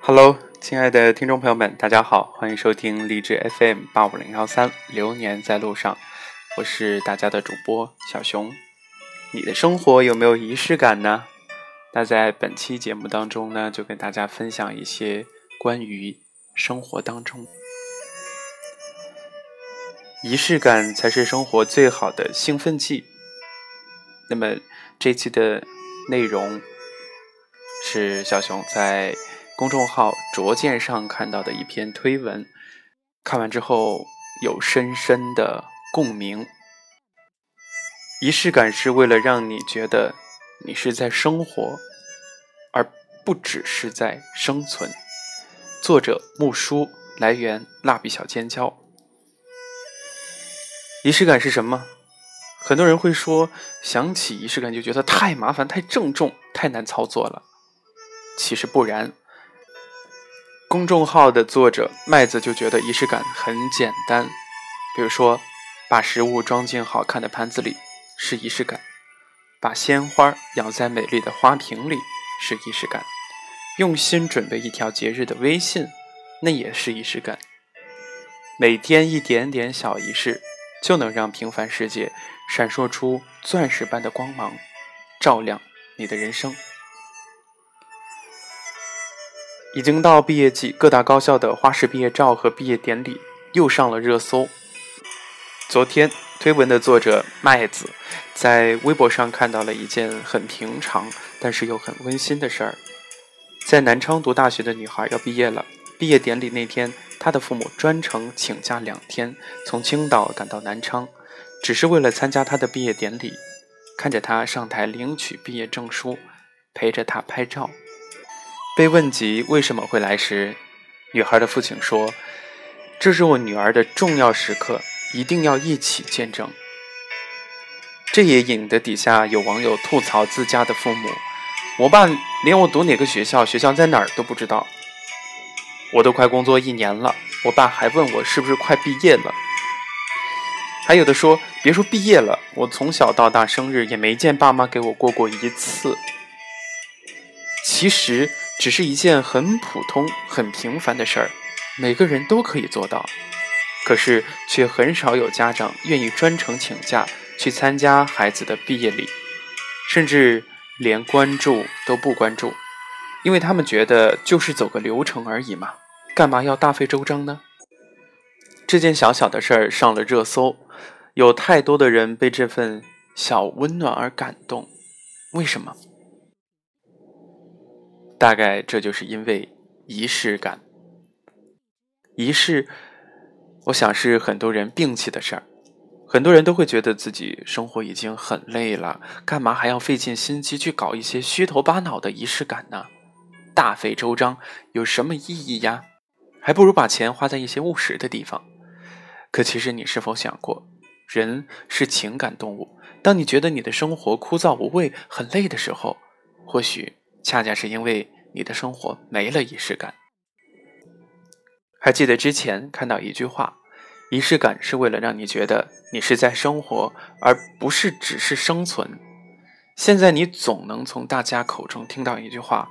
Hello， 亲爱的听众朋友们，大家好，欢迎收听励志 FM85013流年在路上，我是大家的主播小熊。你的生活有没有仪式感呢？那在本期节目当中呢，就跟大家分享一些关于生活当中仪式感才是生活最好的兴奋剂。那么这期的内容是小熊在公众号卓见上看到的一篇推文，看完之后有深深的共鸣。仪式感是为了让你觉得你是在生活，而不只是在生存。作者木书，来源蜡笔小尖椒。仪式感是什么？很多人会说，想起仪式感就觉得太麻烦、太郑重、太难操作了。其实不然。公众号的作者麦子就觉得仪式感很简单，比如说把食物装进好看的盘子里是仪式感，把鲜花养在美丽的花瓶里是仪式感，用心准备一条节日的微信，那也是仪式感。每天一点点小仪式，就能让平凡世界闪烁出钻石般的光芒，照亮你的人生。已经到毕业季，各大高校的花式毕业照和毕业典礼又上了热搜。昨天推文的作者麦子在微博上看到了一件很平常但是又很温馨的事儿。在南昌读大学的女孩要毕业了，毕业典礼那天，她的父母专程请假2天，从青岛赶到南昌，只是为了参加她的毕业典礼，看着她上台领取毕业证书，陪着她拍照。被问及为什么会来时，女孩的父亲说，这是我女儿的重要时刻，一定要一起见证。这也引得底下有网友吐槽自家的父母，我爸连我读哪个学校在哪儿都不知道。我都快工作1年了，我爸还问我是不是快毕业了。还有的说，别说毕业了，我从小到大生日也没见爸妈给我过一次。其实只是一件很普通很平凡的事儿，每个人都可以做到，可是却很少有家长愿意专程请假去参加孩子的毕业礼，甚至连关注都不关注，因为他们觉得就是走个流程而已嘛，干嘛要大费周章呢？这件小小的事儿上了热搜，有太多的人被这份小温暖而感动。为什么？大概这就是因为仪式感。仪式，我想是很多人摒弃的事儿。很多人都会觉得自己生活已经很累了，干嘛还要费尽心机去搞一些虚头巴脑的仪式感呢？大费周章有什么意义呀？还不如把钱花在一些务实的地方。可其实你是否想过，人是情感动物，当你觉得你的生活枯燥无味、很累的时候，或许恰恰是因为你的生活没了仪式感。还记得之前看到一句话，仪式感是为了让你觉得你是在生活，而不是只是生存。现在你总能从大家口中听到一句话，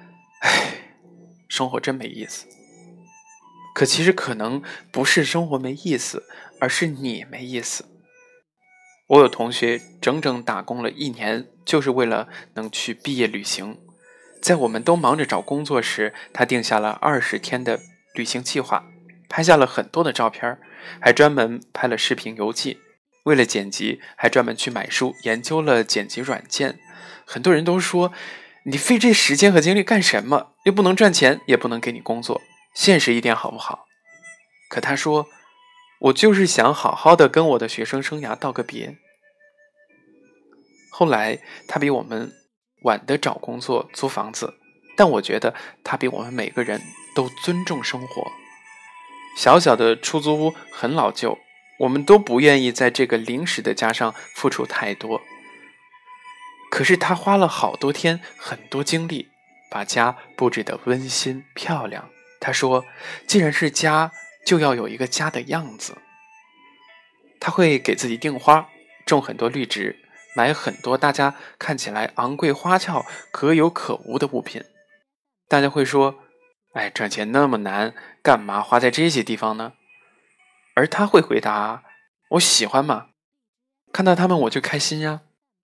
生活真没意思。可其实可能不是生活没意思，而是你没意思。我有同学整整打工了1年，就是为了能去毕业旅行。在我们都忙着找工作时，他定下了20天的旅行计划，拍下了很多的照片，还专门拍了视频游记。为了剪辑，还专门去买书，研究了剪辑软件。很多人都说，你费这时间和精力干什么？又不能赚钱，也不能给你工作，现实一点好不好？可他说，我就是想好好的跟我的学生生涯道个别。后来他比我们晚的找工作租房子，但我觉得他比我们每个人都尊重生活。小小的出租屋很老旧，我们都不愿意在这个临时的家上付出太多。可是他花了好多天很多精力，把家布置得温馨漂亮。他说，既然是家，就要有一个家的样子。他会给自己订花，种很多绿植，买很多大家看起来昂贵花俏可有可无的物品。大家会说， 哎，赚钱那么难，干嘛花在这些地方呢？而他会回答，我喜欢嘛，看到他们我就开心呀。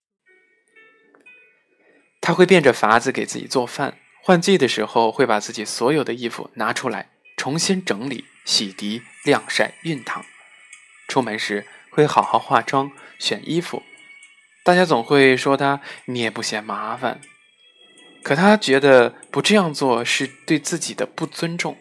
他会变着法子给自己做饭，换季的时候会把自己所有的衣服拿出来，重新整理、洗涤、晾晒、熨烫。出门时会好好化妆、选衣服，大家总会说他你也不嫌麻烦，可他觉得不这样做是对自己的不尊重。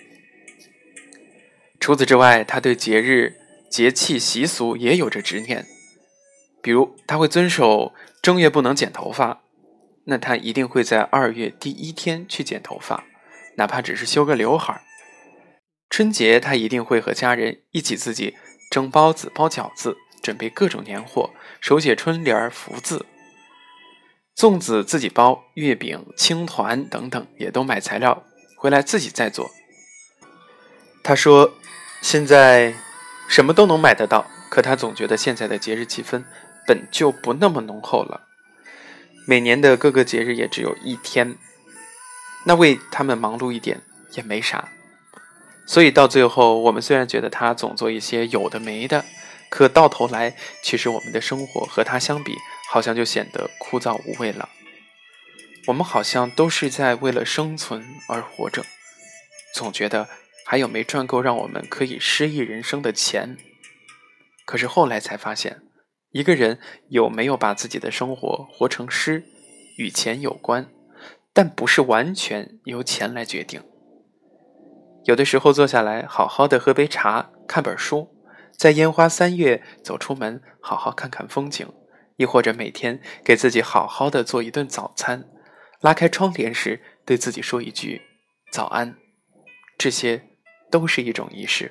除此之外，他对节日、节气、习俗也有着执念，比如他会遵守正月不能剪头发，那他一定会在2月第1天去剪头发，哪怕只是修个刘海。春节他一定会和家人一起自己蒸包子、包饺子，准备各种年货，手写春联、福字。粽子自己包，月饼、青团等等也都买材料回来自己再做。他说现在什么都能买得到，可他总觉得现在的节日气氛本就不那么浓厚了。每年的各个节日也只有1天，那为他们忙碌一点也没啥。所以到最后，我们虽然觉得他总做一些有的没的，可到头来，其实我们的生活和他相比，好像就显得枯燥无味了。我们好像都是在为了生存而活着，总觉得还有没赚够让我们可以诗意人生的钱。可是后来才发现，一个人有没有把自己的生活活成诗，与钱有关，但不是完全由钱来决定。有的时候坐下来好好的喝杯茶，看本书，在烟花3月走出门，好好看看风景，亦或者每天给自己好好的做一顿早餐，拉开窗帘时对自己说一句早安，这些都是一种仪式。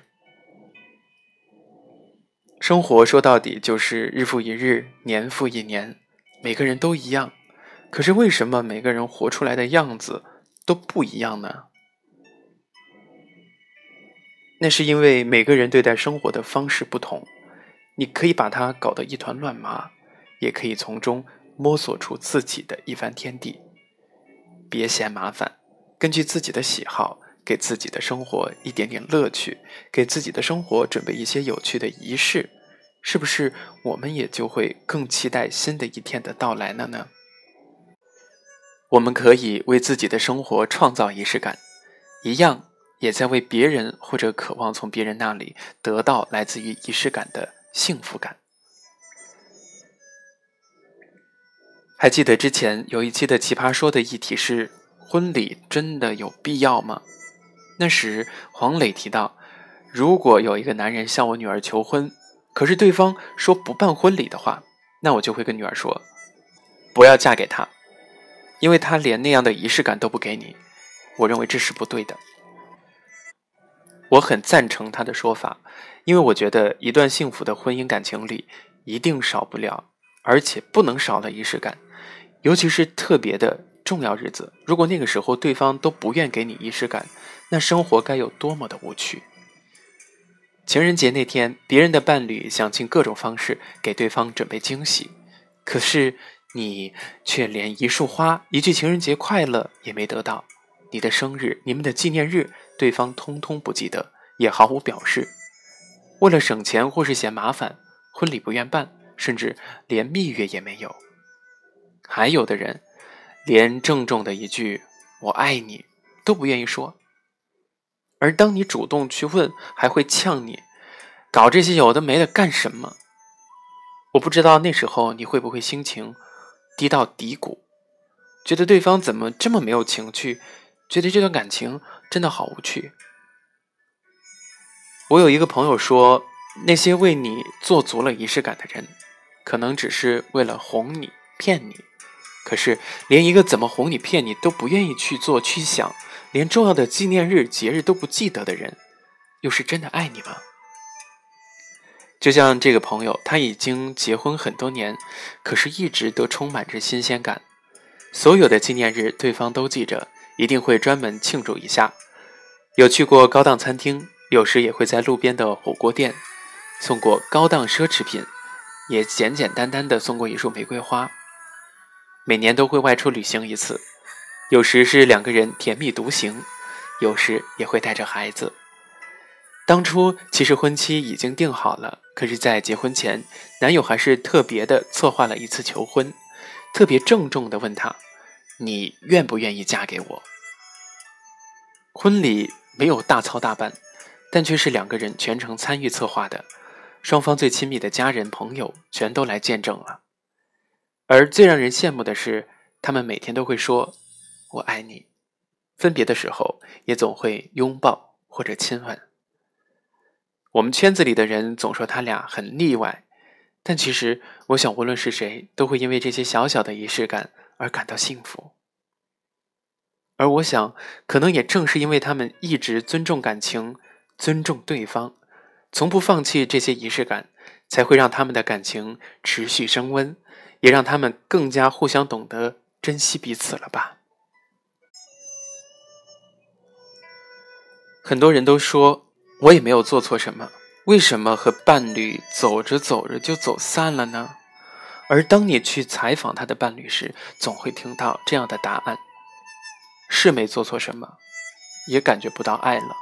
生活说到底就是日复一日，年复一年，每个人都一样，可是为什么每个人活出来的样子都不一样呢？那是因为每个人对待生活的方式不同，你可以把它搞得一团乱麻，也可以从中摸索出自己的一番天地。别嫌麻烦，根据自己的喜好，给自己的生活一点点乐趣，给自己的生活准备一些有趣的仪式，是不是我们也就会更期待新的一天的到来了呢？我们可以为自己的生活创造仪式感，一样也在为别人或者渴望从别人那里得到来自于仪式感的幸福感。还记得之前有一期的奇葩说的议题是婚礼真的有必要吗？那时黄磊提到，如果有一个男人向我女儿求婚，可是对方说不办婚礼的话，那我就会跟女儿说，不要嫁给他，因为他连那样的仪式感都不给你，我认为这是不对的。我很赞成他的说法，因为我觉得一段幸福的婚姻感情里一定少不了，而且不能少了仪式感，尤其是特别的重要日子，如果那个时候对方都不愿给你仪式感，那生活该有多么的无趣。情人节那天，别人的伴侣想尽各种方式给对方准备惊喜，可是你却连一束花、一句情人节快乐也没得到。你的生日、你们的纪念日，对方通通不记得，也毫无表示。为了省钱或是嫌麻烦，婚礼不愿办，甚至连蜜月也没有。还有的人连郑重的一句我爱你都不愿意说，而当你主动去问，还会呛你搞这些有的没的干什么。我不知道那时候你会不会心情低到低谷，觉得对方怎么这么没有情趣，觉得这段感情真的好无趣。我有一个朋友说，那些为你做足了仪式感的人，可能只是为了哄你骗你，可是连一个怎么哄你骗你都不愿意去做去想，连重要的纪念日节日都不记得的人，又是真的爱你吗？就像这个朋友，他已经结婚很多年，可是一直都充满着新鲜感，所有的纪念日对方都记着，一定会专门庆祝一下。有去过高档餐厅，有时也会在路边的火锅店送过高档奢侈品，也简简单单的送过一束玫瑰花。每年都会外出旅行一次，有时是2个人甜蜜独行， 有时也会带着孩子。当初其实婚期已经定好了，可是在结婚前，男友还是特别的策划了一次求婚，特别郑重的问她：你愿不愿意嫁给我？婚礼没有大操大办，但却是两个人全程参与策划的，双方最亲密的家人朋友全都来见证了。而最让人羡慕的是，他们每天都会说我爱你，分别的时候也总会拥抱或者亲吻。我们圈子里的人总说他俩很例外，但其实我想无论是谁都会因为这些小小的仪式感而感到幸福。而我想可能也正是因为他们一直尊重感情，尊重对方，从不放弃这些仪式感，才会让他们的感情持续升温，也让他们更加互相懂得珍惜彼此了吧。很多人都说我也没有做错什么，为什么和伴侣走着走着就走散了呢？而当你去采访他的伴侣时，总会听到这样的答案：是没做错什么，也感觉不到爱了。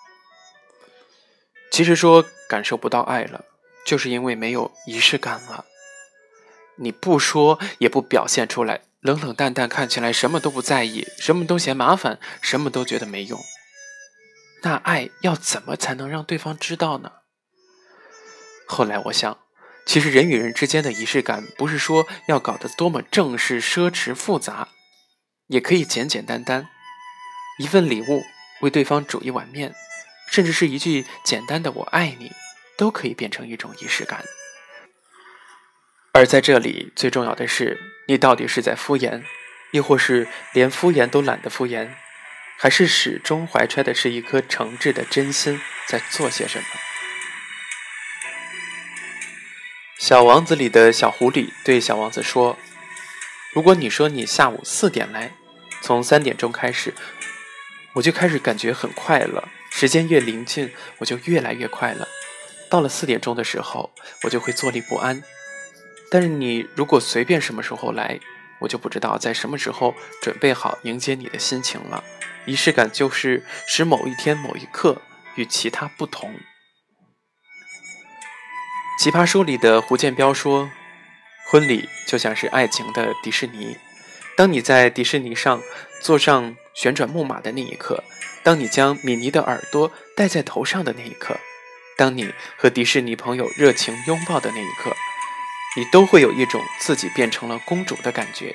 其实说感受不到爱了，就是因为没有仪式感了。你不说也不表现出来，冷冷淡淡，看起来什么都不在意，什么都嫌麻烦，什么都觉得没用。那爱要怎么才能让对方知道呢？后来我想，其实人与人之间的仪式感不是说要搞得多么正式奢侈复杂，也可以简简单单，一份礼物，为对方煮一碗面，甚至是一句简单的我爱你，都可以变成一种仪式感。而在这里最重要的是，你到底是在敷衍，亦或是连敷衍都懒得敷衍，还是始终怀揣的是一颗诚挚的真心在做些什么。小王子里的小狐狸对小王子说，如果你说你下午4点来，从3点钟开始，我就开始感觉很快乐，时间越临近，我就越来越快乐，到了4点钟的时候，我就会坐立不安。但是你如果随便什么时候来，我就不知道在什么时候准备好迎接你的心情了。仪式感就是使某一天某一刻与其他不同。奇葩说里的胡建彪说，婚礼就像是爱情的迪士尼，当你在迪士尼上坐上旋转木马的那一刻，当你将米妮的耳朵戴在头上的那一刻，当你和迪士尼朋友热情拥抱的那一刻，你都会有一种自己变成了公主的感觉。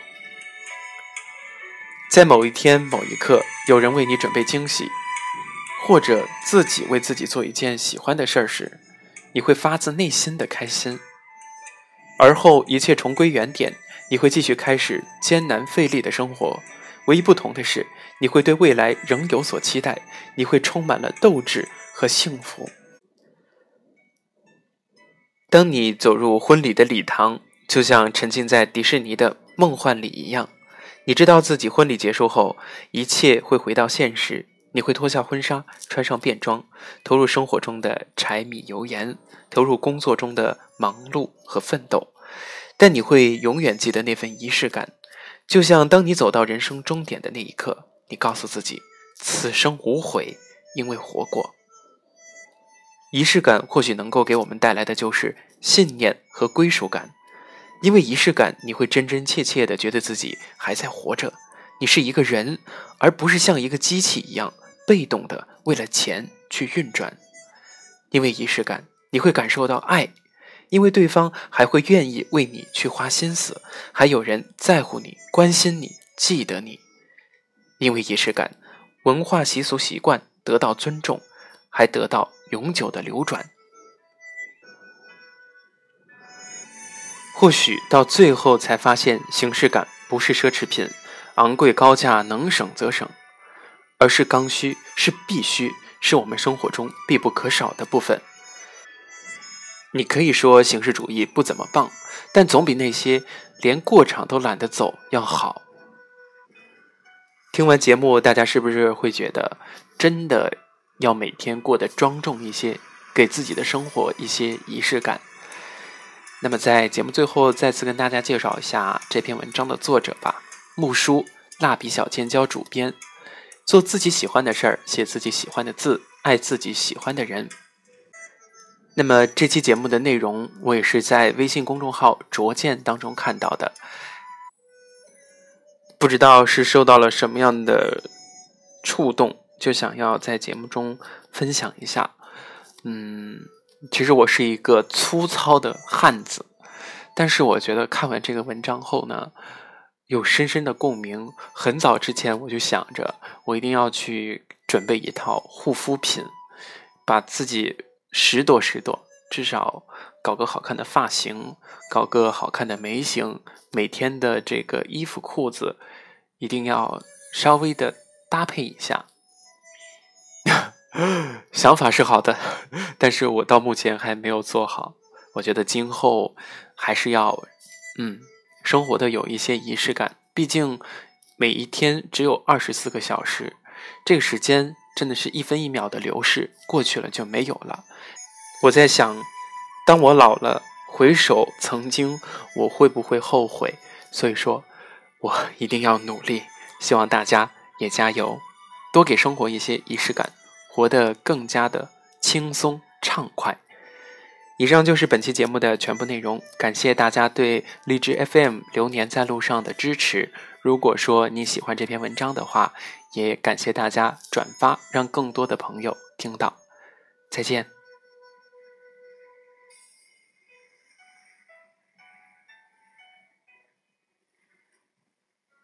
在某一天某一刻，有人为你准备惊喜，或者自己为自己做一件喜欢的事儿时，你会发自内心的开心。而后一切重归原点，你会继续开始艰难费力的生活，唯一不同的是，你会对未来仍有所期待，你会充满了斗志和幸福。当你走入婚礼的礼堂，就像沉浸在迪士尼的梦幻里一样，你知道自己婚礼结束后，一切会回到现实，你会脱下婚纱，穿上便装，投入生活中的柴米油盐，投入工作中的忙碌和奋斗。但你会永远记得那份仪式感，就像当你走到人生终点的那一刻，你告诉自己，此生无悔，因为活过。仪式感或许能够给我们带来的就是信念和归属感，因为仪式感，你会真真切切地觉得自己还在活着，你是一个人，而不是像一个机器一样被动地为了钱去运转。因为仪式感，你会感受到爱，因为对方还会愿意为你去花心思，还有人在乎你，关心你，记得你。因为仪式感，文化习俗习惯得到尊重，还得到永久的流转。或许到最后才发现，形式感不是奢侈品，昂贵高价能省则省，而是刚需，是必须，是我们生活中必不可少的部分。你可以说形式主义不怎么棒，但总比那些连过场都懒得走要好。听完节目，大家是不是会觉得真的要每天过得庄重一些，给自己的生活一些仪式感？那么在节目最后再次跟大家介绍一下这篇文章的作者吧，木叔，蜡笔小尖椒主编。 做自己喜欢的事儿，写自己喜欢的字，爱自己喜欢的人。那么这期节目的内容，我也是在微信公众号卓见当中看到的，不知道是受到了什么样的触动，就想要在节目中分享一下。其实我是一个粗糙的汉子，但是我觉得看完这个文章后呢，有深深的共鸣。很早之前我就想着，我一定要去准备一套护肤品，把自己拾掇拾掇，至少搞个好看的发型，搞个好看的眉形，每天的这个衣服裤子一定要稍微的搭配一下。想法是好的，但是我到目前还没有做好。我觉得今后还是要生活的有一些仪式感，毕竟每一天只有24个小时，这个时间真的是一分一秒的流逝，过去了就没有了。我在想，当我老了，回首曾经，我会不会后悔？所以说，我一定要努力，希望大家也加油，多给生活一些仪式感，活得更加的轻松畅快。以上就是本期节目的全部内容，感谢大家对荔枝 FM 流年在路上的支持。如果说你喜欢这篇文章的话，也感谢大家转发，让更多的朋友听到。再见。